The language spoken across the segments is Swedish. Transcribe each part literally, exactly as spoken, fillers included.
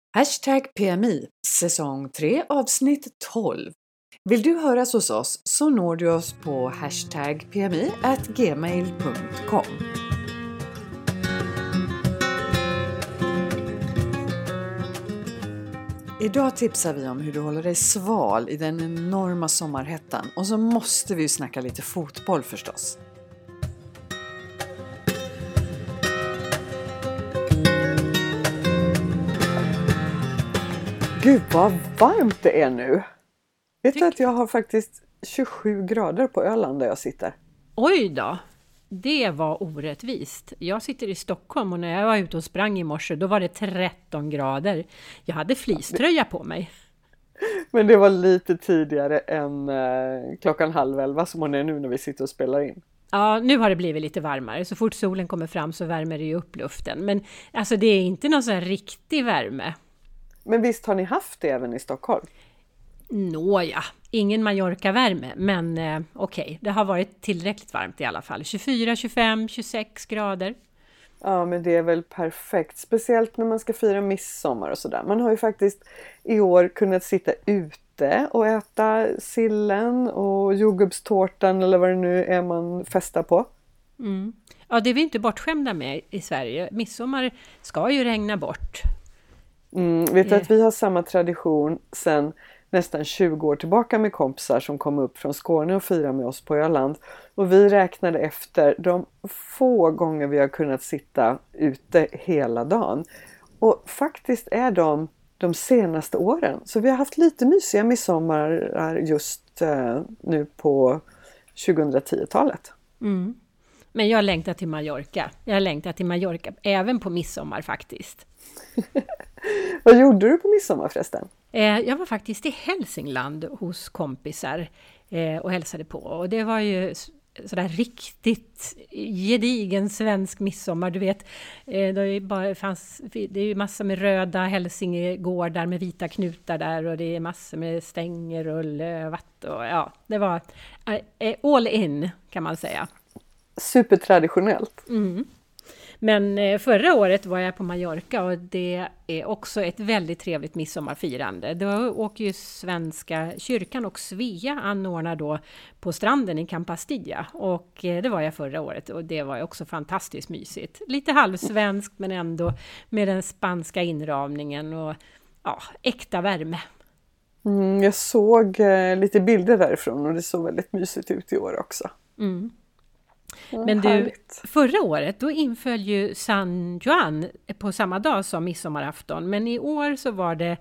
Hashtag P M I, säsong tre, avsnitt tolv. Vill du höras hos oss så når du oss på hashtag P M I at gmail punkt com. Idag tipsar vi om hur du håller dig sval i den enorma sommarhettan, och så måste vi ju snacka lite fotboll förstås. Gud vad varmt det är nu. Vet du att jag har faktiskt tjugosju grader på Öland där jag sitter? Oj då, det var orättvist. Jag sitter i Stockholm och när jag var ute och sprang i morse då var det tretton grader. Jag hade fleecetröja på mig. Men det var lite tidigare än eh, klockan halv elva som hon är nu när vi sitter och spelar in. Ja, nu har det blivit lite varmare. Så fort solen kommer fram så värmer det ju upp luften. Men alltså det är inte någon sån här riktig värme. Men visst har ni haft det även i Stockholm? Nåja, ingen Mallorca-värme, men eh, okej, okay. Det har varit tillräckligt varmt i alla fall. tjugofyra, tjugofem, tjugosex grader. Ja, men det är väl perfekt. Speciellt när man ska fira midsommar och sådär. Man har ju faktiskt i år kunnat sitta ute och äta sillen och jordgubbstårtan eller vad det nu är man festar på. Mm. Ja, det är vi inte bortskämda med i Sverige. Midsommar ska ju regna bort. Mm, vet du att vi har samma tradition sedan nästan tjugo år tillbaka med kompisar som kom upp från Skåne och firade med oss på Öland. Och vi räknade efter de få gånger vi har kunnat sitta ute hela dagen. Och faktiskt är de de senaste åren. Så vi har haft lite mysiga midsommar just uh, nu på tjugohundratio-talet. Mm. Men jag längtar till Mallorca. Jag längtar till Mallorca även på midsommar faktiskt. Vad gjorde du på midsommar förresten? Eh, jag var faktiskt i Hälsingland hos kompisar eh, och hälsade på. Och det var ju sådär riktigt gedigen svensk midsommar. Du vet, eh, det, är bara, fanns, det är ju massor med röda hälsingegårdar med vita knutar där. Och det är massor med stänger och lövat. Och, ja, det var eh, all in kan man säga. Supertraditionellt. Mm. Men eh, förra året var jag på Mallorca och det är också ett väldigt trevligt midsommarfirande. Då åker ju Svenska kyrkan och Svea anordnar då på stranden i Campastilla. Och eh, det var jag förra året och det var också fantastiskt mysigt. Lite halvsvenskt men ändå med den spanska inramningen och ja, äkta värme. Mm, jag såg eh, lite bilder därifrån och det såg väldigt mysigt ut i år också. Mm. Ja, men du, härligt. Förra året då inföll ju San Juan på samma dag som midsommarafton. Men i år så var det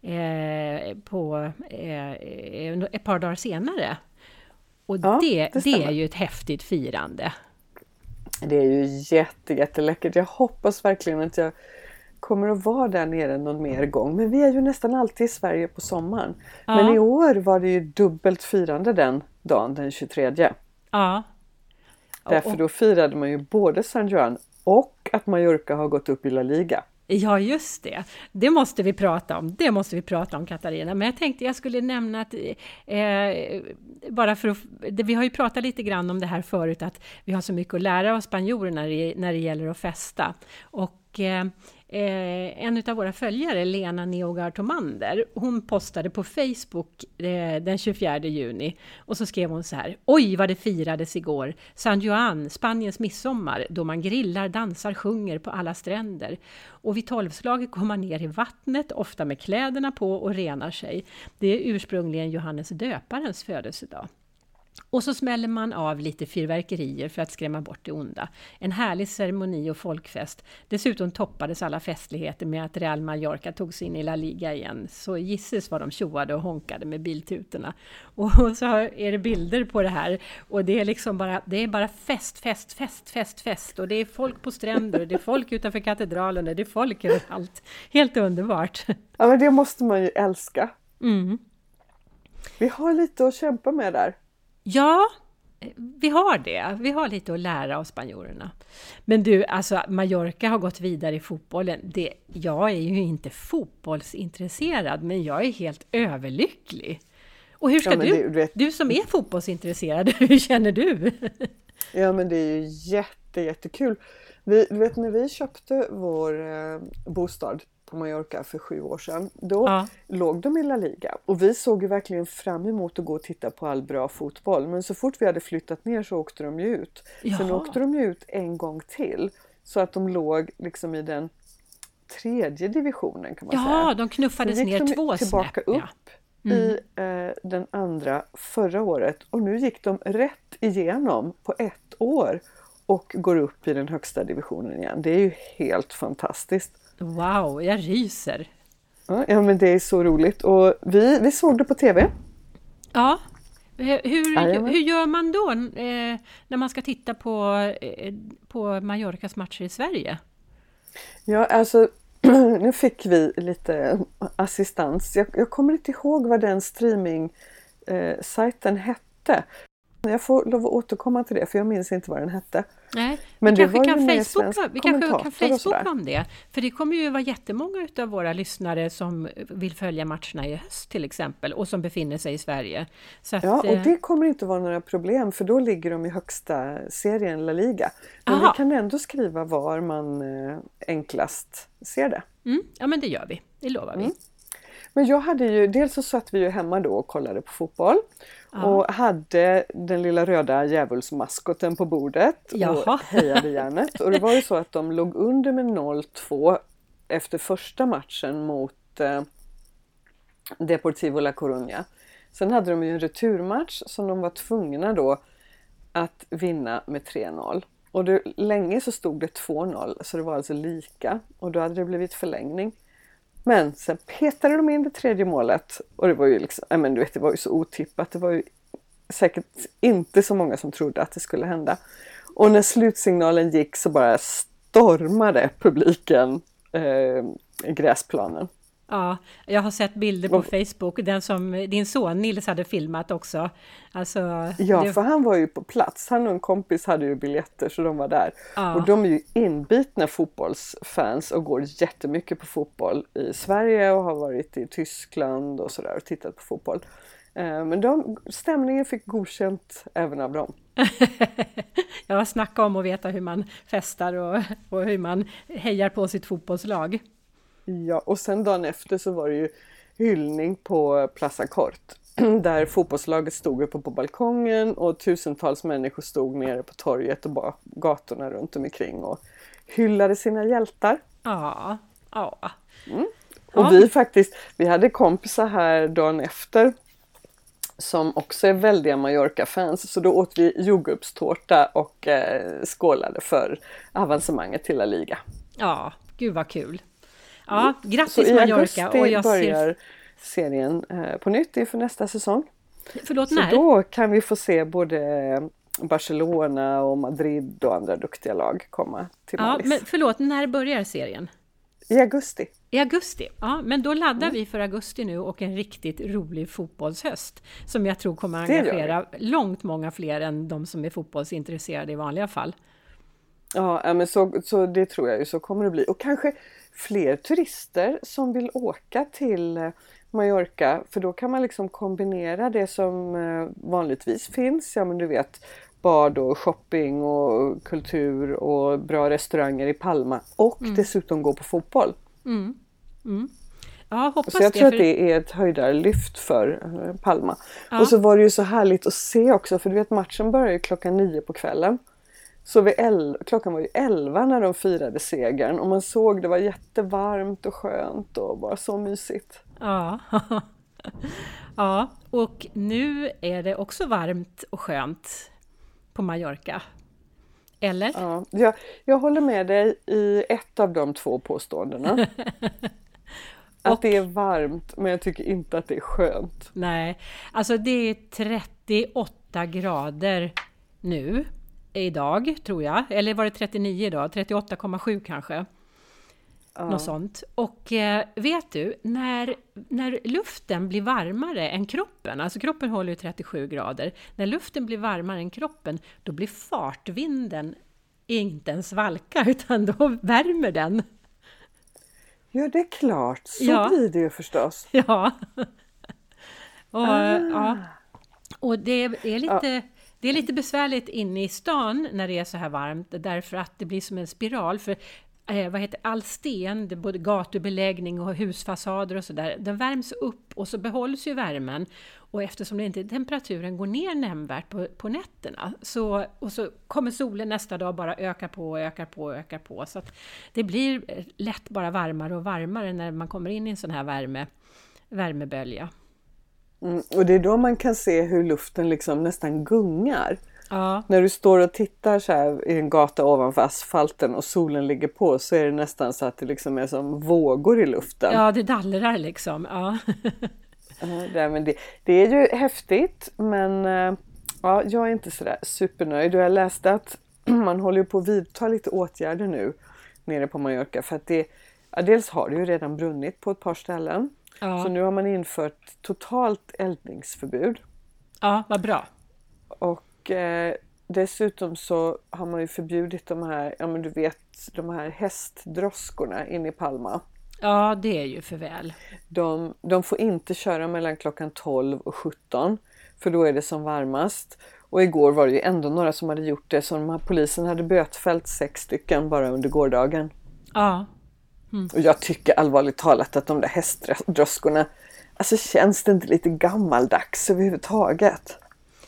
eh, på eh, ett par dagar senare. Och ja, det, det, det är ju ett häftigt firande. Det är ju jätte, jätteläckert. Jag hoppas verkligen att jag kommer att vara där nere någon mer gång. Men vi är ju nästan alltid i Sverige på sommaren. Ja. Men i år var det ju dubbelt firande den dagen, den tjugotredje. Ja. Därför då firade man ju både San Juan och att Mallorca har gått upp i La Liga. Ja, just det. Det måste vi prata om. Det måste vi prata om, Katarina. Men jag tänkte jag skulle nämna att eh, bara för att, vi har ju pratat lite grann om det här förut, att vi har så mycket att lära av spanjorerna när det, när det gäller att festa. Och eh, Eh, en av våra följare, Lena Neogard Tomander, hon postade på Facebook eh, den tjugofjärde juni och så skrev hon så här: oj vad det firades igår, San Juan, Spaniens midsommar, då man grillar, dansar, sjunger på alla stränder och vid tolvslaget går man ner i vattnet, ofta med kläderna på och renar sig. Det är ursprungligen Johannes döparens födelsedag. Och så smäller man av lite fyrverkerier för att skrämma bort det onda. En härlig ceremoni och folkfest. Dessutom toppades alla festligheter med att Real Mallorca tog sig in i La Liga igen. Så gisses vad de tjoade och honkade med biltutorna. Och så är det bilder på det här. Och det är liksom bara, det är bara fest, fest, fest, fest, fest. Och det är folk på stränder, det är folk utanför katedralen, det är folk överallt. Helt underbart. Ja, men det måste man ju älska. Mm. Vi har lite att kämpa med där. Ja, vi har det. Vi har lite att lära av spanjorerna. Men du, alltså Mallorca har gått vidare i fotbollen. Det, jag är ju inte fotbollsintresserad, men jag är helt överlycklig. Och hur ska ja, du, det, du, vet... du som är fotbollsintresserad, hur känner du? Ja, men det är ju jätte, jättekul. Vi, du vet, när vi köpte vår eh, bostad på Mallorca för sju år sedan. Då Ja. låg de i La Liga. Och vi såg ju verkligen fram emot att gå och titta på all bra fotboll. Men så fort vi hade flyttat ner så åkte de ju ut. Sen Jaha. åkte de ju ut en gång till. Så att de låg liksom i den tredje divisionen kan man Ja, säga. de knuffades Sen gick ner de två tillbaka snäpp. upp Ja. Mm. i eh, den andra förra året. Och nu gick de rätt igenom på ett år och går upp i den högsta divisionen igen. Det är ju helt fantastiskt. Wow, jag ryser. Ja, ja men det är så roligt. Och vi, vi såg det på tv. Ja, hur, hur, Jajamän. hur gör man då eh, när man ska titta på, eh, på Mallorcas matcher i Sverige? Ja, alltså nu fick vi lite assistans. Jag, jag kommer inte ihåg vad den streaming-sajten hette. Jag får lov att återkomma till det för jag minns inte vad den hette. Nej, Men vi det kanske var kan ju med Facebooka, svensk vi kanske kan kommentator och sådär. Facebooka om det. För det kommer ju vara jättemånga av våra lyssnare som vill följa matcherna i höst till exempel och som befinner sig i Sverige. Så att, Ja, och eh, det kommer inte vara några problem för då ligger de i högsta serien La Liga. Men Aha. vi kan ändå skriva var man eh, enklast ser det. mm, ja, men det gör vi. Det lovar vi. Mm. Men jag hade ju, dels så satt vi ju hemma då och kollade på fotboll. Ja. Och hade den lilla röda djävulsmaskoten på bordet Jaha. och hejade järnet. Och det var ju så att de låg under med noll två efter första matchen mot eh, Deportivo La Coruña. Sen hade de ju en returmatch som de var tvungna då att vinna med tre noll. Och det, länge så stod det två noll så det var alltså lika. Och då hade det blivit förlängning. Men sen petade de in det tredje målet och det var ju liksom, jag men du vet, det var ju så otippat. Det var ju säkert inte så många som trodde att det skulle hända. Och när slutsignalen gick så bara stormade publiken eh, gräsplanen. Ja, jag har sett bilder på Facebook, den som din son Nils hade filmat också. Alltså, Ja, det... för han var ju på plats. Han och en kompis hade ju biljetter så de var där. Ja. Och de är ju inbitna fotbollsfans och går jättemycket på fotboll i Sverige och har varit i Tyskland och sådär och tittat på fotboll. Eh, men de, stämningen fick godkänt även av dem. Jag snackar om att veta hur man festar och, och hur man hejar på sitt fotbollslag. Ja, och sen dagen efter så var det ju hyllning på Plaza Cort. Där fotbollslaget stod uppe på balkongen och tusentals människor stod nere på torget och bara gatorna runt omkring och hyllade sina hjältar. Ja, ja. Mm. Och Ja. vi faktiskt, vi hade kompisar här dagen efter som också är väldiga Mallorca-fans. Så då åt vi jordgubbstårta och eh, skålade för avancemanget till La Liga. Ja, gud vad kul. Ja, grattis Så i Mallorca. augusti Och jag börjar ser... serien eh, på nytt inför nästa säsong. Förlåt, Så när? då kan vi få se både Barcelona och Madrid och andra duktiga lag komma till Ja, Mallis. men förlåt, när börjar serien? I augusti. I augusti, ja, men då laddar Mm. vi för augusti nu och en riktigt rolig fotbollshöst som jag tror kommer att Det gör engagera långt många fler än de som är fotbollsintresserade i vanliga fall. Ja, ja, men så, så det tror jag ju så kommer det bli. Och kanske fler turister som vill åka till eh, Mallorca. För då kan man liksom kombinera det som eh, vanligtvis finns. Ja, men du vet, bad och shopping och kultur och bra restauranger i Palma. Och Mm. dessutom gå på fotboll. Mm. Mm. Ja, hoppas Så jag det. tror för- att det är ett höjdarlyft för eh, Palma. Ja. Och så var det ju så härligt att se också. För du vet, matchen börjar ju klockan nio på kvällen. Så vid el- klockan var ju elva när de firade segern. Och man såg det var jättevarmt och skönt och bara så mysigt. Ja. Ja, och nu är det också varmt och skönt på Mallorca. Eller? Ja, jag, jag håller med dig i ett av de två påståendena. Att Och- det är varmt, men jag tycker inte att det är skönt. Nej, alltså det är trettioåtta grader nu, idag tror jag. Eller var det trettionio idag? trettioåtta komma sju kanske. Ja. Något sånt. Och eh, vet du, när, när luften blir varmare än kroppen, alltså kroppen håller ju trettiosju grader, när luften blir varmare än kroppen, då blir fartvinden inte en svalka, utan då värmer den. Ja, det är klart. Så Ja. blir det ju förstås. Ja. Och, Ah. ja. Och det är, det är lite... Det är lite besvärligt inne i stan när det är så här varmt, därför att det blir som en spiral. För eh, vad heter all sten, det är både gatubeläggning och husfasader och sådär, den värms upp och så behålls ju värmen. Och eftersom det inte temperaturen går ner nämnvärt på, på nätterna så, och så kommer solen nästa dag bara öka på och ökar på och ökar på. Så att det blir lätt bara varmare och varmare när man kommer in i en sån här värme, värmebölja. Mm, och det är då man kan se hur luften liksom nästan gungar. Ja. När du står och tittar så här i en gata ovanför asfalten och solen ligger på så är det nästan så att det liksom är som vågor i luften. Ja, det dallrar liksom. Ja. Ja, men det, det är ju häftigt, men ja, jag är inte sådär supernöjd. Och jag läste att man håller på att vidta lite åtgärder nu nere på Mallorca. För att det, ja, dels har det ju redan brunnit på ett par ställen. Ja. Så nu har man infört totalt eldningsförbud. Ja, vad bra. Och eh, dessutom så har man ju förbjudit de här, ja men du vet, de här hästdroskorna inne i Palma. Ja, det är ju för väl. De, de får inte köra mellan klockan tolv och sjutton, för då är det som varmast. Och igår var det ju ändå några som hade gjort det, så de här polisen hade bötfällt sex stycken bara under gårdagen. Ja. Mm. Och jag tycker allvarligt talat att de där hästdroskorna, alltså känns det inte lite gammaldags överhuvudtaget?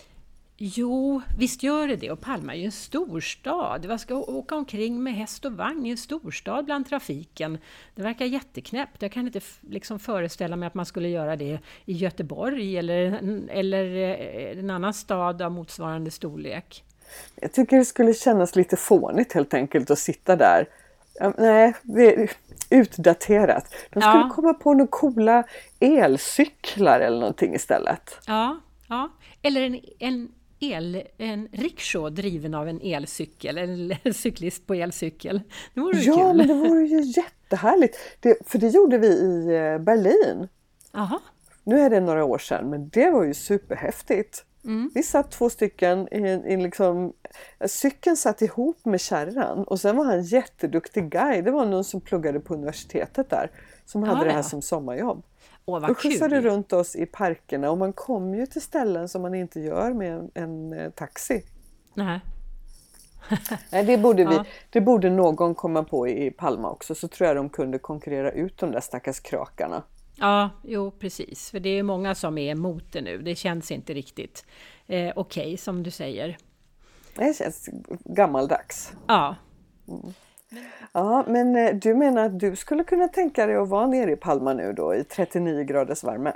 Jo, visst gör det det. Och Palma är ju en storstad. Vad ska åka omkring med häst och vagn i en storstad bland trafiken? Det verkar jätteknäppt. Jag kan inte liksom föreställa mig att man skulle göra det i Göteborg eller, eller en annan stad av motsvarande storlek. Jag tycker det skulle kännas lite fånigt helt enkelt att sitta där. Nej, det är utdaterat. De skulle ja. komma på några coola elcyklar eller någonting istället. Ja, ja. Eller en, en, el, en rickshaw driven av en elcykel. En cyklist på elcykel. Det vore ja, kul. Men det vore ju jättehärligt. Det, för det gjorde vi i Berlin. Aha. Nu är det några år sedan, men det var ju superhäftigt. Mm. Vi satt två stycken i, i liksom, cykeln satt ihop med kärran och sen var han jätteduktig guide. Det var någon som pluggade på universitetet där som hade ah, det här ja. som sommarjobb. Åh, vad och skjutsade kul. runt oss i parkerna och man kom ju till ställen som man inte gör med en, en, en taxi. Nej. Nej, det borde vi, ja. det borde någon komma på i Palma också, så tror jag de kunde konkurrera ut de där stackars krakarna. Ja, jo precis. För det är många som är emot det nu. Det känns inte riktigt eh, okej okay, som du säger. Det känns gammaldags. Ja. Mm. Ja, men du menar att du skulle kunna tänka dig att vara nere i Palma nu då i trettionio graders värme?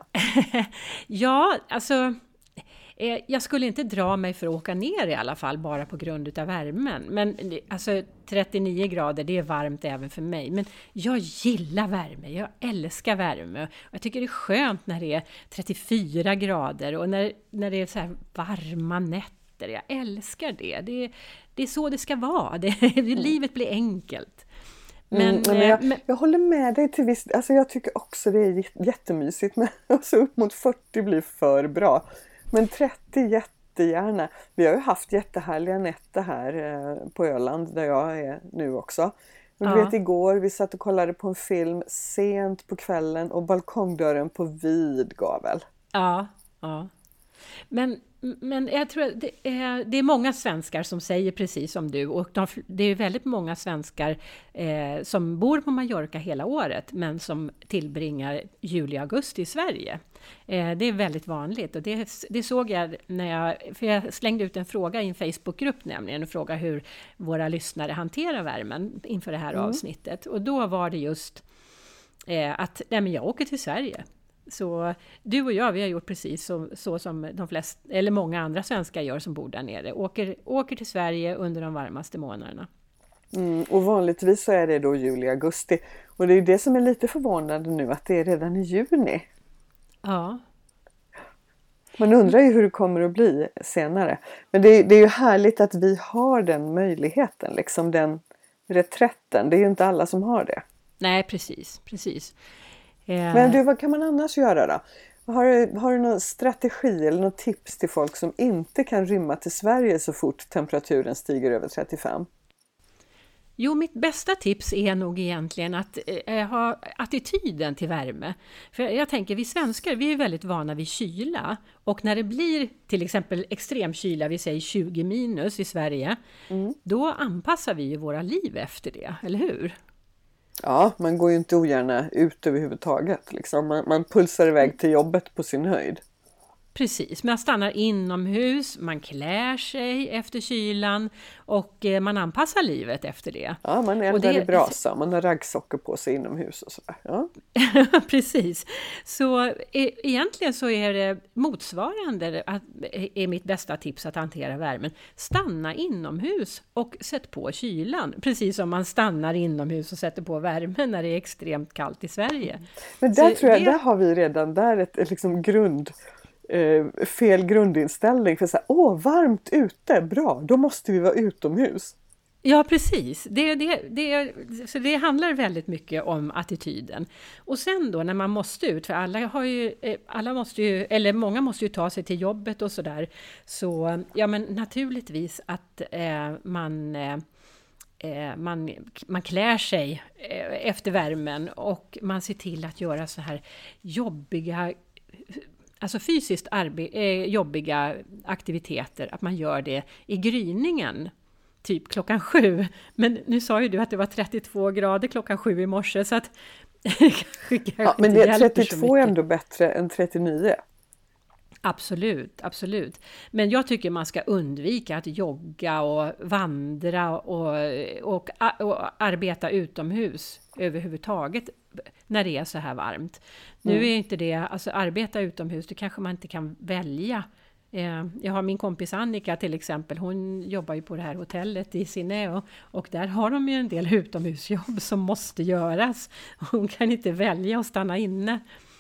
Ja, alltså eh, jag skulle inte dra mig för att åka ner i alla fall bara på grund av värmen. Men alltså trettionio grader, det är varmt även för mig. Men jag gillar värme, jag älskar värme. Och jag tycker det är skönt när det är trettiofyra grader och när, när det är så här varma nätter. Jag älskar det. Det, det är så det ska vara. Det, mm. Livet blir enkelt. Men, mm, men jag, men jag håller med dig till viss. Alltså jag tycker också det är jättemysigt. Men alltså upp mot fyrtio blir för bra. Men trettio jättegärna. Vi har ju haft jättehärliga nätter här på Öland där jag är nu också. Men du ja. vet igår vi satt och kollade på en film sent på kvällen och balkongdörren på vid gavel. Ja, ja. Men Men jag tror att det är, det är många svenskar som säger precis som du, och de, det är väldigt många svenskar eh, som bor på Mallorca hela året men som tillbringar juli och augusti i Sverige. Eh, det är väldigt vanligt och det, det såg jag när jag, för jag slängde ut en fråga i en Facebookgrupp nämligen och frågade hur våra lyssnare hanterar värmen inför det här mm. avsnittet. Och då var det just eh, att nej, men jag åker till Sverige. Så du och jag, vi har gjort precis så, så som de flesta, eller många andra svenskar gör som bor där nere. Åker, åker till Sverige under de varmaste månaderna. Mm, och vanligtvis så är det då juli, augusti. Och det är det som är lite förvånande nu, att det är redan i juni. Ja. Man undrar ju hur det kommer att bli senare. Men det, det är ju härligt att vi har den möjligheten, liksom den reträtten. Det är ju inte alla som har det. Nej, precis, precis. Men du, vad kan man annars göra då? Har du, har du någon strategi eller något tips till folk som inte kan rymma till Sverige så fort temperaturen stiger över trettiofem? Jo, mitt bästa tips är nog egentligen att eh, ha attityden till värme. För jag tänker, vi svenskar, vi är väldigt vana vid kyla. Och när det blir till exempel extremkyla, vi säger tjugo minus i Sverige, mm. då anpassar vi ju våra liv efter det, eller hur? Ja, man går ju inte ogärna ut överhuvudtaget. Liksom. Man, man pulsar iväg till jobbet på sin höjd. Precis, man stannar inomhus, man klär sig efter kylan och eh, man anpassar livet efter det. Ja, man eldar i brasa, man har raggsockor på sig inomhus och sådär. Ja. Precis, så e- egentligen så är det motsvarande, att, är mitt bästa tips att hantera värmen. Stanna inomhus och sätt på kylan, precis som man stannar inomhus och sätter på värmen när det är extremt kallt i Sverige. Men där så tror jag, det... där har vi redan där ett, ett liksom grund... Eh, fel grundinställning för så här, åh varmt ute, bra, då måste vi vara utomhus. Ja, precis. Det, det, det, så det handlar väldigt mycket om attityden. Och sen då när man måste ut, för alla har ju, alla måste ju, eller många måste ju ta sig till jobbet och sådär. Så ja, men naturligtvis att eh, man, eh, man, man klär sig eh, efter värmen och man ser till att göra så här jobbiga, alltså fysiskt arbe- eh, jobbiga aktiviteter, att man gör det i gryningen. Typ klockan sju. Men nu sa ju du att det var trettiotvå grader klockan sju i morse. Så att ja, men det, trettiotvå är ändå bättre än trettionio. Absolut, absolut. Men jag tycker man ska undvika att jogga och vandra och, och, och arbeta utomhus överhuvudtaget när det är så här varmt. Mm. Nu är inte det, alltså arbeta utomhus, det kanske man inte kan välja. Jag har min kompis Annika till exempel, hon jobbar ju på det här hotellet i Sineo och där har de ju en del utomhusjobb som måste göras. Hon kan inte välja att stanna inne.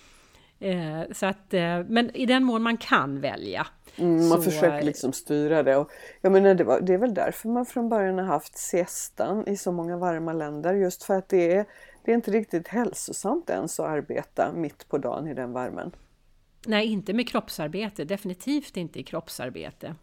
Så att, men i den mån man kan välja. Mm, man så... försöker liksom styra det. Och, jag menar, det, var, det är väl därför man från början har haft siestan i så många varma länder. Just för att det är, det är inte riktigt hälsosamt ens att arbeta mitt på dagen i den värmen. Nej, inte med kroppsarbete. Definitivt inte i kroppsarbete.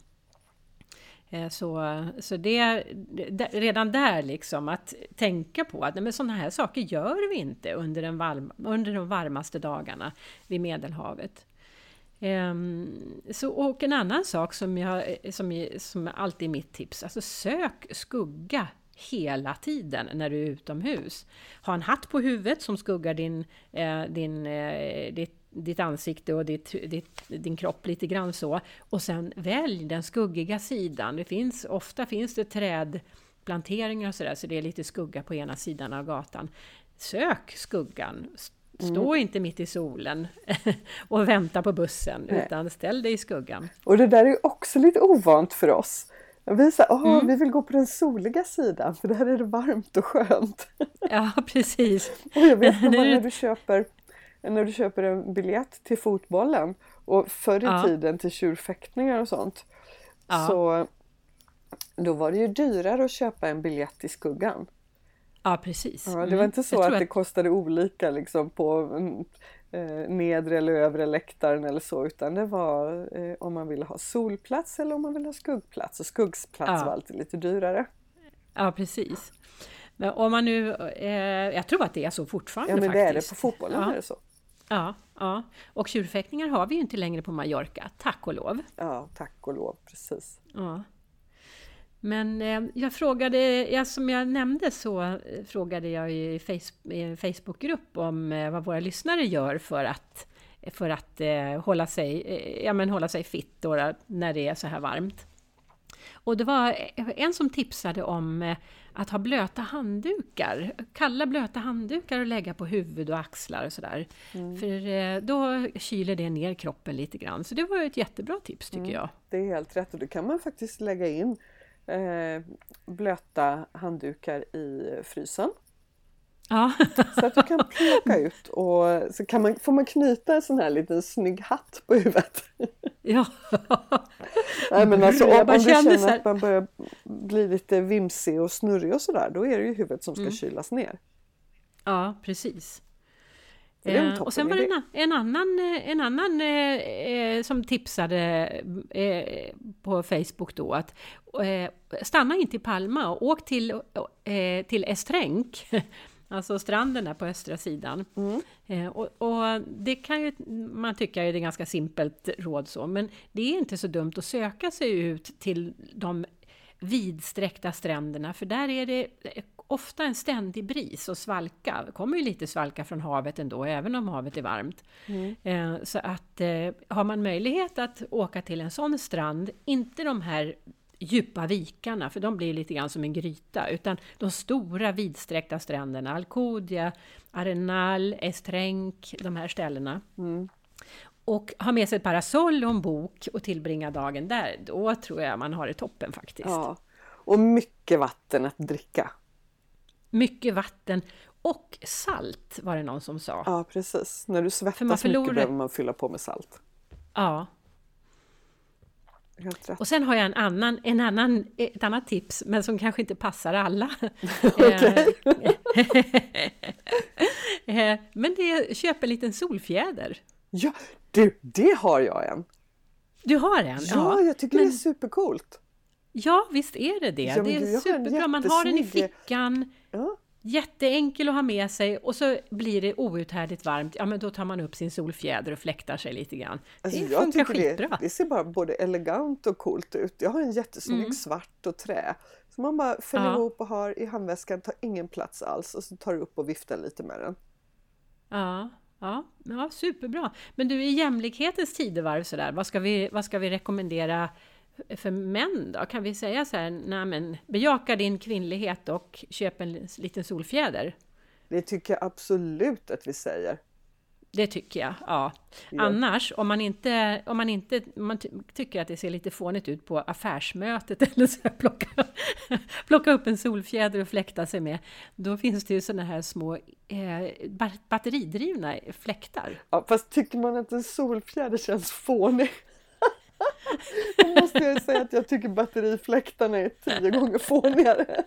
Så, så det, det redan där liksom att tänka på att men sådana här saker gör vi inte under, den varm, under de varmaste dagarna vid Medelhavet. Um, så, och en annan sak som, jag, som, som alltid är mitt tips, alltså sök skugga hela tiden när du är utomhus. Ha en hatt på huvudet som skuggar din, eh, din, eh, ditt ditt ansikte och ditt, ditt, din kropp lite grann så. Och sen välj den skuggiga sidan. Det finns, ofta finns det trädplanteringar och sådär, så det är lite skugga på ena sidan av gatan. Sök skuggan. Stå mm. inte mitt i solen och vänta på bussen. Nej. Utan ställ dig i skuggan. Och det där är också lite ovant för oss. Vi säger, åh, mm. vi vill gå på den soliga sidan för där är det varmt och skönt. Ja, precis. Och jag vet att när du köper När du köper en biljett till fotbollen och förr i ja. tiden till tjurfäktningar och sånt. Ja. Så då var det ju dyrare att köpa en biljett i skuggan. Ja, precis. Ja, det var inte så att, att det kostade olika liksom på eh, nedre eller övre läktaren eller så. Utan det var eh, om man ville ha solplats eller om man ville ha skuggplats. Och skuggsplats ja. var alltid lite dyrare. Ja, precis. Men om man nu, eh, jag tror att det är så fortfarande faktiskt. Ja, men faktiskt. Det är det på fotbollen ja. är det så. Ja, ja, och tjurfäktningar har vi ju inte längre på Mallorca, tack och lov. Ja, tack och lov, precis. Ja. Men eh, jag frågade, ja, som jag nämnde så eh, frågade jag i, face, i en Facebookgrupp om eh, vad våra lyssnare gör för att, för att eh, hålla, sig, eh, ja, men hålla sig fit då, när det är så här varmt. Och det var en som tipsade om eh, att ha blöta handdukar, kalla blöta handdukar och lägga på huvud och axlar och sådär. Mm. För eh, då kyler det ner kroppen lite grann. Så det var ett jättebra tips tycker mm. jag. Det är helt rätt och då kan man faktiskt lägga in eh, blöta handdukar i frysen. Ja. Så att du kan plocka ut och så kan man, får man knyta en sån här liten snygg hatt på huvudet. Ja. Nej, men alltså, om, om du känner här... att man börjar bli lite vimsig och snurrig och sådär, då är det ju huvudet som ska mm. kylas ner. Ja, precis. Eh, och sen var det en, en annan, en annan eh, som tipsade eh, på Facebook då att eh, stanna inte i Palma och åk till, eh, till Estrenc. Alltså stranden där på östra sidan. Mm. Eh, och, och det kan ju man tycka är det ganska simpelt råd så. Men det är inte så dumt att söka sig ut till de vidsträckta stränderna. För där är det ofta en ständig bris och svalka. Det kommer ju lite svalka från havet ändå, även om havet är varmt. Mm. Eh, så att eh, har man möjlighet att åka till en sån strand, inte de här djupa vikarna, för de blir lite grann som en gryta, utan de stora vidsträckta stränderna, Alcudia, Arenal, Estrenc, de här ställena. Mm. Och ha med sig ett parasoll och en bok och tillbringa dagen där, då tror jag man har det toppen faktiskt. Ja. Och mycket vatten att dricka. Mycket vatten och salt var det någon som sa. Ja, precis. När du svettas förlorar... mycket behöver man fylla på med salt. Ja. Och sen har jag en annan, en annan, ett annat tips, men som kanske inte passar alla. Men det är köp en liten solfjäder. Ja, du, det har jag en. Du har en? Ja, ja, jag tycker men... det är supercoolt. Ja, visst är det det. Ja, det är superbra. Man har den i fickan. Ja. Jätteenkel att ha med sig och så blir det outhärdligt varmt. Ja, men då tar man upp sin solfjäder och fläktar sig lite grann. Alltså, det jag funkar tycker skitbra. Det, det ser bara både elegant och coolt ut. Jag har en jättesnygg mm. svart och trä. Så man bara fäller ja. ihop och har i handväskan, tar ingen plats alls och så tar du upp och viftar lite med den. Ja. Ja, ja, superbra. Men du, i jämlikhetens tidevarv så där, vad ska vi, vad ska vi rekommendera för män då? Kan vi säga så här, nej men bejaka din kvinnlighet och köp en liten solfjäder? Det tycker jag absolut att vi säger. Det tycker jag, ja. ja. Annars, om man inte, om man inte om man ty- tycker att det ser lite fånigt ut på affärsmötet eller så här, plocka, plocka upp en solfjäder och fläkta sig med, då finns det ju såna här små eh, batteridrivna fläktar. Ja, fast tycker man att en solfjäder känns fånig? Då måste jag säga att jag tycker batterifläktarna är tio gånger fånigare.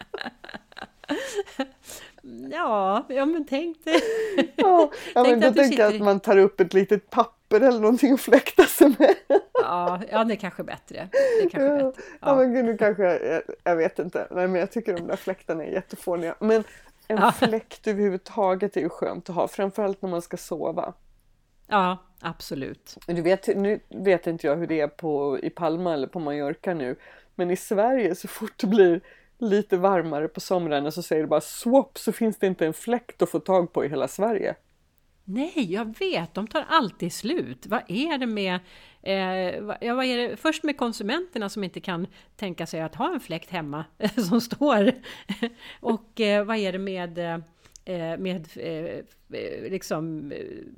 Ja, ja men tänk dig. Ja, ja men då tänker jag att man tar upp ett litet papper eller någonting och fläktar sig med. Ja, ja det är kanske bättre. Det är kanske ja, bättre. Ja. ja men gud, nu kanske jag, jag vet inte. Nej, men jag tycker de där fläktarna är jättefåniga. Men en ja. fläkt överhuvudtaget är ju skönt att ha. Framförallt när man ska sova. Ja, absolut. Du vet, nu vet inte jag hur det är på, i Palma eller på Mallorca nu. Men i Sverige så fort det blir lite varmare på somrarna så säger det bara swap, så finns det inte en fläkt att få tag på i hela Sverige. Nej, jag vet. De tar alltid slut. Vad är det med... Eh, vad, ja, vad är det? Först med konsumenterna som inte kan tänka sig att ha en fläkt hemma som står. Och eh, vad är det med... Eh, med eh, liksom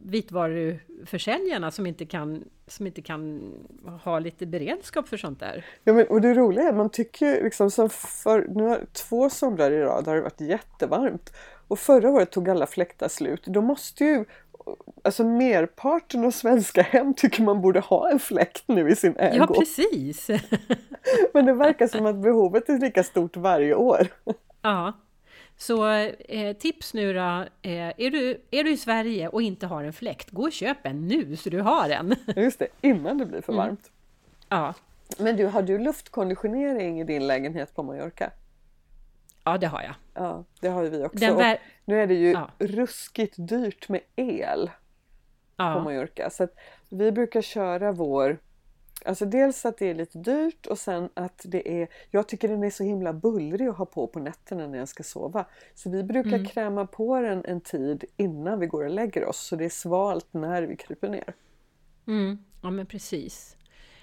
vitvaruförsäljarna som inte kan som inte kan ha lite beredskap för sånt där. Ja, men och det roliga är man tycker liksom som för nu har två somrar i rad har det varit jättevarmt och förra året tog alla fläktar slut. Då måste ju alltså merparten av svenska hem tycker man borde ha en fläkt nu i sin ägo. Ja, precis. Men det verkar som att behovet är lika stort varje år. Ja. Så eh, tips nu då, eh, är, du, är du i Sverige och inte har en fläkt, gå och köp en nu så du har en. Just det, innan det blir för varmt. Mm. Ja. Men du, har du luftkonditionering i din lägenhet på Mallorca? Ja, det har jag. Ja, det har vi också. Vär... Nu är det ju ja. ruskigt dyrt med el ja. på Mallorca. Så att vi brukar köra vår... Alltså dels att det är lite dyrt och sen att det är... Jag tycker den är så himla bullrig att ha på på nätterna när jag ska sova. Så vi brukar mm. kräma på den en tid innan vi går och lägger oss. Så det är svalt när vi kryper ner. Mm. Ja, men precis.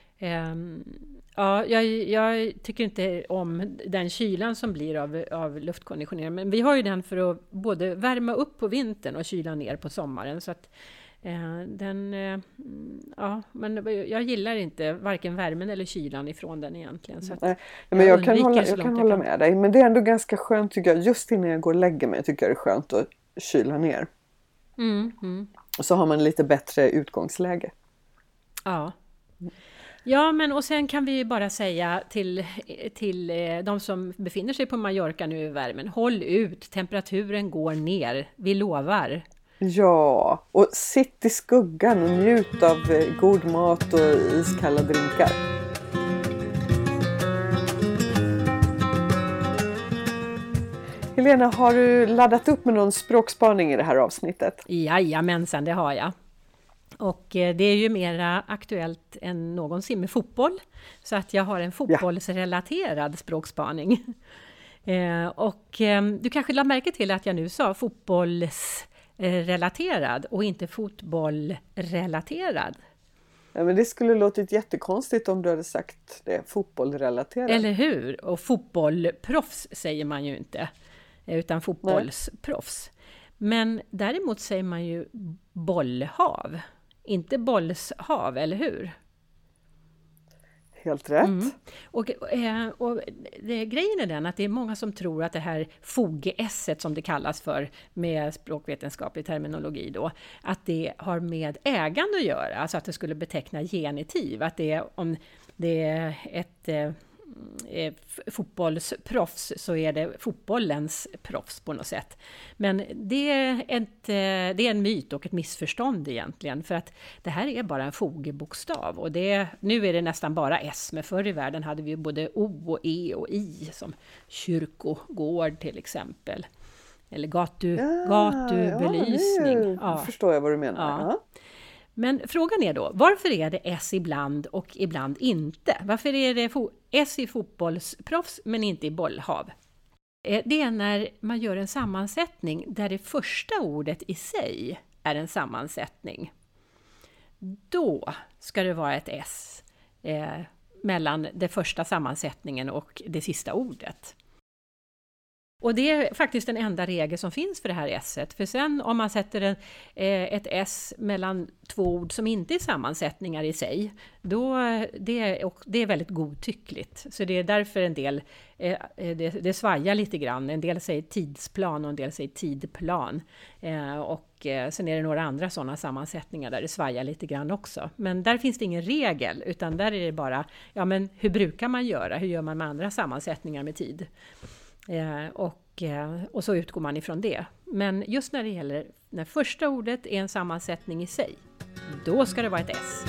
Um, ja, jag, jag tycker inte om den kylan som blir av, av luftkonditionering. Men vi har ju den för att både värma upp på vintern och kyla ner på sommaren. Så att eh, den, eh, ja, men jag gillar inte varken värmen eller kylan ifrån den egentligen. Så att Nej, men jag, jag kan hålla, jag kan hålla med dig. Men det är ändå ganska skönt tycker jag. Just innan jag går och lägger mig tycker jag det är skönt att kyla ner. Mm, mm. Och så har man lite bättre utgångsläge. Ja. Ja, men och sen kan vi bara säga till, till de som befinner sig på Mallorca nu i värmen. Håll ut, temperaturen går ner, vi lovar. Ja, och sitt i skuggan och njut av god mat och iskalla drinkar. Helena, har du laddat upp med någon språkspaning i det här avsnittet? Jajamensan, det har jag. Och det är ju mera aktuellt än någonsin med fotboll. Så att jag har en fotbollsrelaterad ja. språkspaning. Eh, och eh, du kanske lade märke till att jag nu sa fotbollsrelaterad och inte fotbollrelaterad. Ja, men det skulle låtit jättekonstigt om du hade sagt det, fotbollrelaterat. Eller hur? Och fotbollproffs säger man ju inte, utan fotbollsproffs. Men däremot säger man ju bollhav, inte bollshav, eller hur? Helt rätt. Mm. Och, eh, och det, grejen är den att det är många som tror att det här F O G-esset som det kallas för med språkvetenskaplig terminologi då, att det har med ägande att göra, alltså att det skulle beteckna genitiv, att det är om det är ett eh, fotbollsproffs så är det fotbollens proffs på något sätt. Men det är, ett, det är en myt och ett missförstånd egentligen, för att det här är bara en F O G-bokstav och det, nu är det nästan bara S, men förr i världen hade vi både O och E och I som kyrkogård till exempel. Eller gatu, ja, gatubelysning. Ja, ja. Förstår jag vad du menar. Ja. Men frågan är då, varför är det S ibland och ibland inte? Varför är det S i fotbollsproffs men inte i bollhav? Det är när man gör en sammansättning där det första ordet i sig är en sammansättning. Då ska det vara ett S eh, mellan den första sammansättningen och det sista ordet. Och det är faktiskt den enda regel som finns för det här S-et. För sen om man sätter en, eh, ett S mellan två ord som inte är sammansättningar i sig, då det är det är väldigt godtyckligt. Så det är därför en del, eh, det, det svajar lite grann. En del säger tidsplan och en del säger tidplan. Eh, och eh, sen är det några andra sådana sammansättningar där det svajar lite grann också. Men där finns det ingen regel, utan där är det bara, ja men hur brukar man göra? Hur gör man med andra sammansättningar med tid? Eh, och, eh, och så utgår man ifrån det. Men just när det gäller när första ordet är en sammansättning i sig, då ska det vara ett S.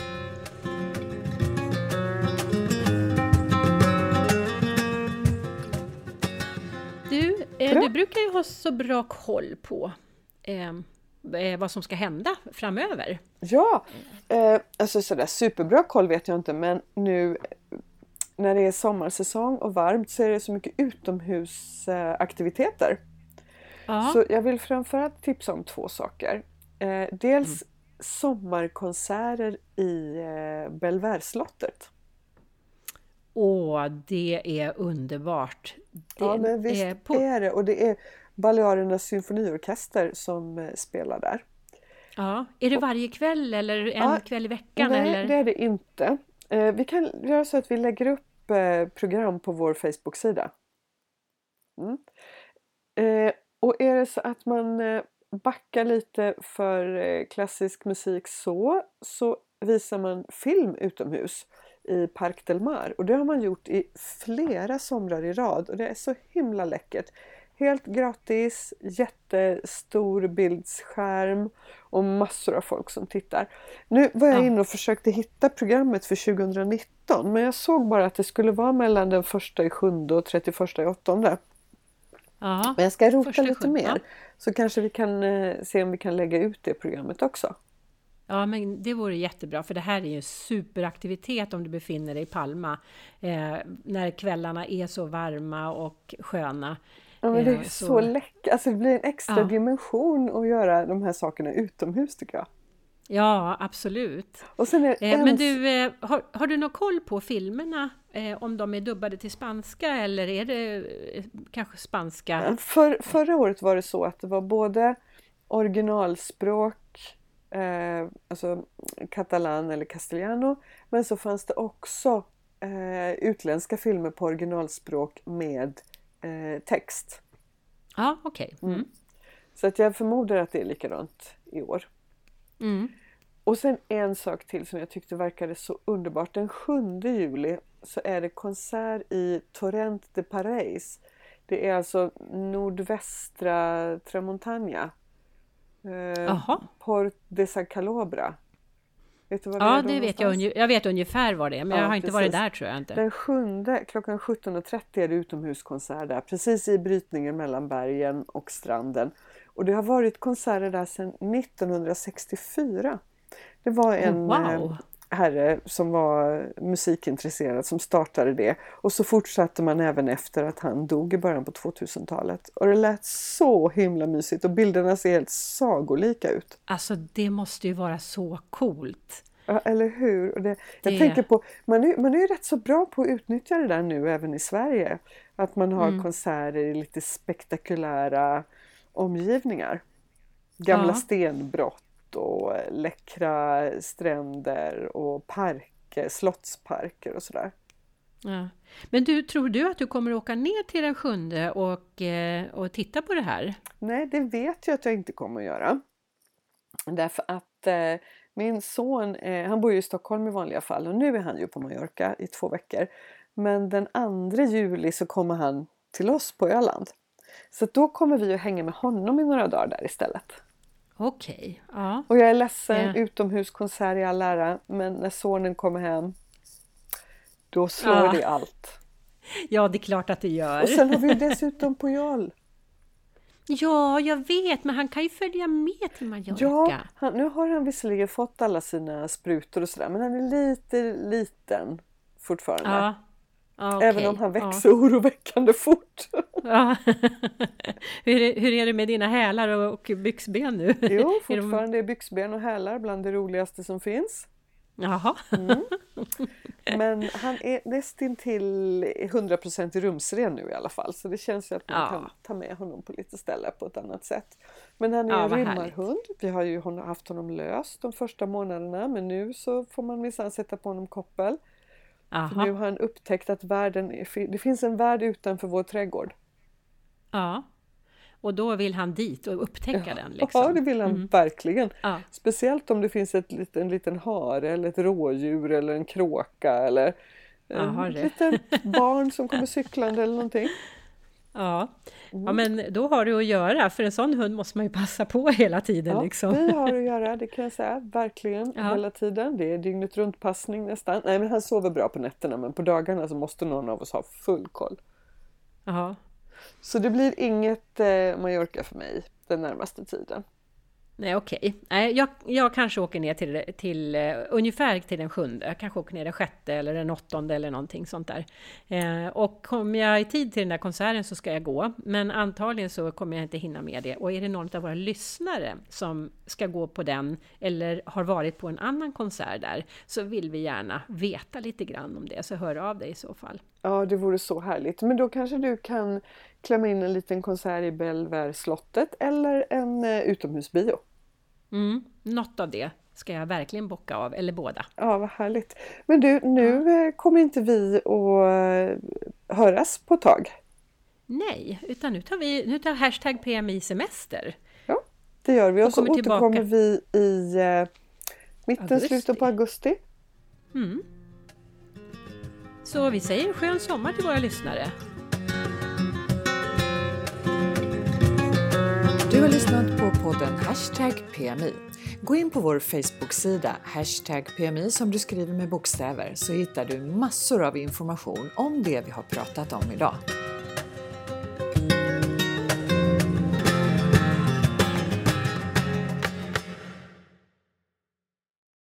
Du, eh, du brukar ju ha så bra koll på eh, vad som ska hända framöver. Ja, eh, alltså sådär superbra koll vet jag inte, men nu när det är sommarsäsong och varmt så är det så mycket utomhusaktiviteter. Ja. Så jag vill framförallt tipsa om två saker. Eh, dels mm. sommarkonserter i eh, Belvärslottet. Åh, det är underbart. Det ja, men visst är, på... är det. Och det är Balearernas symfoniorkester som eh, spelar där. Ja, är det varje kväll eller en ja, kväll i veckan? Nej, eller? det är det inte. Eh, vi kan göra så att vi lägger upp program på vår Facebook-sida. Mm. Eh, och är det så att man eh, backar lite för eh, klassisk musik så, så visar man film utomhus i Parc del Mar. Och det har man gjort i flera somrar i rad och det är så himla läckert. Helt gratis, jättestor bildsskärm och massor av folk som tittar. Nu var jag ja. inne och försökte hitta programmet för tjugonitton, men jag såg bara att det skulle vara mellan den första i sjunde och trettioförsta i åttonde. Ja, men jag ska rota lite sjunde. mer, Ja. så kanske vi kan eh, se om vi kan lägga ut det programmet också. Ja, men det vore jättebra, för det här är ju en superaktivitet om du befinner dig i Palma. Eh, när kvällarna är så varma och sköna. Ja, men det är så, så läckert. Alltså det blir en extra ja. dimension att göra de här sakerna utomhus tycker jag. Ja, absolut. Och sen är eh, ens... Men du, eh, har, har du någon koll på filmerna? Eh, om de är dubbade till spanska eller är det eh, kanske spanska? För, förra året var det så att det var både originalspråk, eh, alltså katalan eller castellano, men så fanns det också eh, utländska filmer på originalspråk med Eh, text. Ja, okej. Okay. Mm. Så att jag förmodar att det är likadant i år. Mm. Och sen en sak till som jag tyckte verkade så underbart. Den sjunde juli så är det konsert i Torrent de Pareis. Det är alltså nordvästra Tramontana. Eh, Port de Sa Calobra. Vet du vad det ja, är det vet jag. Jag vet ungefär vad det är, men ja, jag har inte precis. varit där tror jag inte. Den sjunde klockan sjutton och trettio är det utomhuskonsert där, precis i brytningen mellan bergen och stranden. Och det har varit konserter där sedan nittonhundrasextiofyra. Det var en, oh, wow. herre som var musikintresserad som startade det. Och så fortsatte man även efter att han dog i början på tvåtusentalet. Och det lät så himla mysigt och bilderna ser helt sagolika ut. Alltså det måste ju vara så coolt. Ja, eller hur? Och det, jag det... tänker på, man är, man är ju rätt så bra på att utnyttja det där nu även i Sverige. Att man har mm. konserter i lite spektakulära omgivningar. Gamla ja. stenbrott och läckra stränder och parker, slottsparker och sådär. Ja. Men du, tror du att du kommer åka ner till den sjunde och, och titta på det här? Nej, det vet jag att jag inte kommer att göra. Därför att eh, min son, eh, han bor ju i Stockholm i vanliga fall och nu är han ju på Mallorca i två veckor. Men den andra juli så kommer han till oss på Öland. Så då kommer vi att hänga med honom i några dagar där istället. Okej, okay. ja. Och jag är ledsen, yeah. utomhuskonsert i all ära, men när sonen kommer hem, då slår ja. det allt. Ja, det är klart att det gör. Och sen har vi ju dessutom Pujol. Ja, jag vet, men han kan ju följa med till Mallorca. Ja, han, nu har han visserligen fått alla sina sprutor och sådär, men han är lite liten fortfarande. Ja. Ah, okay. Även om han växer ah. oroväckande fort. Ja. hur, är, hur är det med dina hälar och, och byxben nu? Jo, fortfarande är byxben och hälar bland det roligaste som finns. Jaha. Mm. Men han är nästan till hundra procent rumsren nu i alla fall. Så det känns ju att man ja. kan ta med honom på lite ställen på ett annat sätt. Men han är ja, en rymmarhund. Vi har ju haft honom lös de första månaderna. Men nu så får man minsann sätta på honom koppel. För nu har han upptäckt att världen är, det finns en värld utanför vår trädgård. Ja, och då vill han dit och upptäcka ja. den. Liksom. Ja, det vill han mm. verkligen. Ja. Speciellt om det finns ett, en liten hare eller ett rådjur eller en kråka eller Aha, en liten barn som kommer cyklande eller någonting. Ja. Mm. ja, men då har du att göra. För en sån hund måste man ju passa på hela tiden. Ja, liksom. vi har att göra, det kan jag säga. Verkligen, ja. hela tiden. Det är dygnet runt passning nästan. Nej, men han sover bra på nätterna. Men på dagarna så måste någon av oss ha full koll. Ja. Så det blir inget eh, Mallorca för mig den närmaste tiden. Nej, okej. Okay. Jag, jag kanske åker ner till, till uh, ungefär till den sjunde. Jag kanske åker ner den sjätte eller den åttonde eller någonting sånt där. Eh, och kommer jag i tid till den där konserten så ska jag gå. Men antagligen så kommer jag inte hinna med det. Och är det någon av våra lyssnare som ska gå på den eller har varit på en annan konsert där så vill vi gärna veta lite grann om det. Så hör av dig i så fall. Ja, det vore så härligt. Men då kanske du kan klämma in en liten konsert i Belvedere-slottet eller en uh, utomhusbio. Mm, något av det ska jag verkligen bocka av, eller båda. Ja, vad härligt. Men du, nu ja. kommer inte vi att höras på ett tag. Nej, utan nu tar vi nu tar hashtag P M I semester. Ja, det gör vi. Och, och så återkommer tillbaka. vi i uh, mitten, augusti. slutet på augusti. Mm. Så vi säger skön sommar till våra lyssnare. Du har lyssnat på podden Hashtag P M I. Gå in på vår Facebook-sida Hashtag P M I som du skriver med bokstäver så hittar du massor av information om det vi har pratat om idag.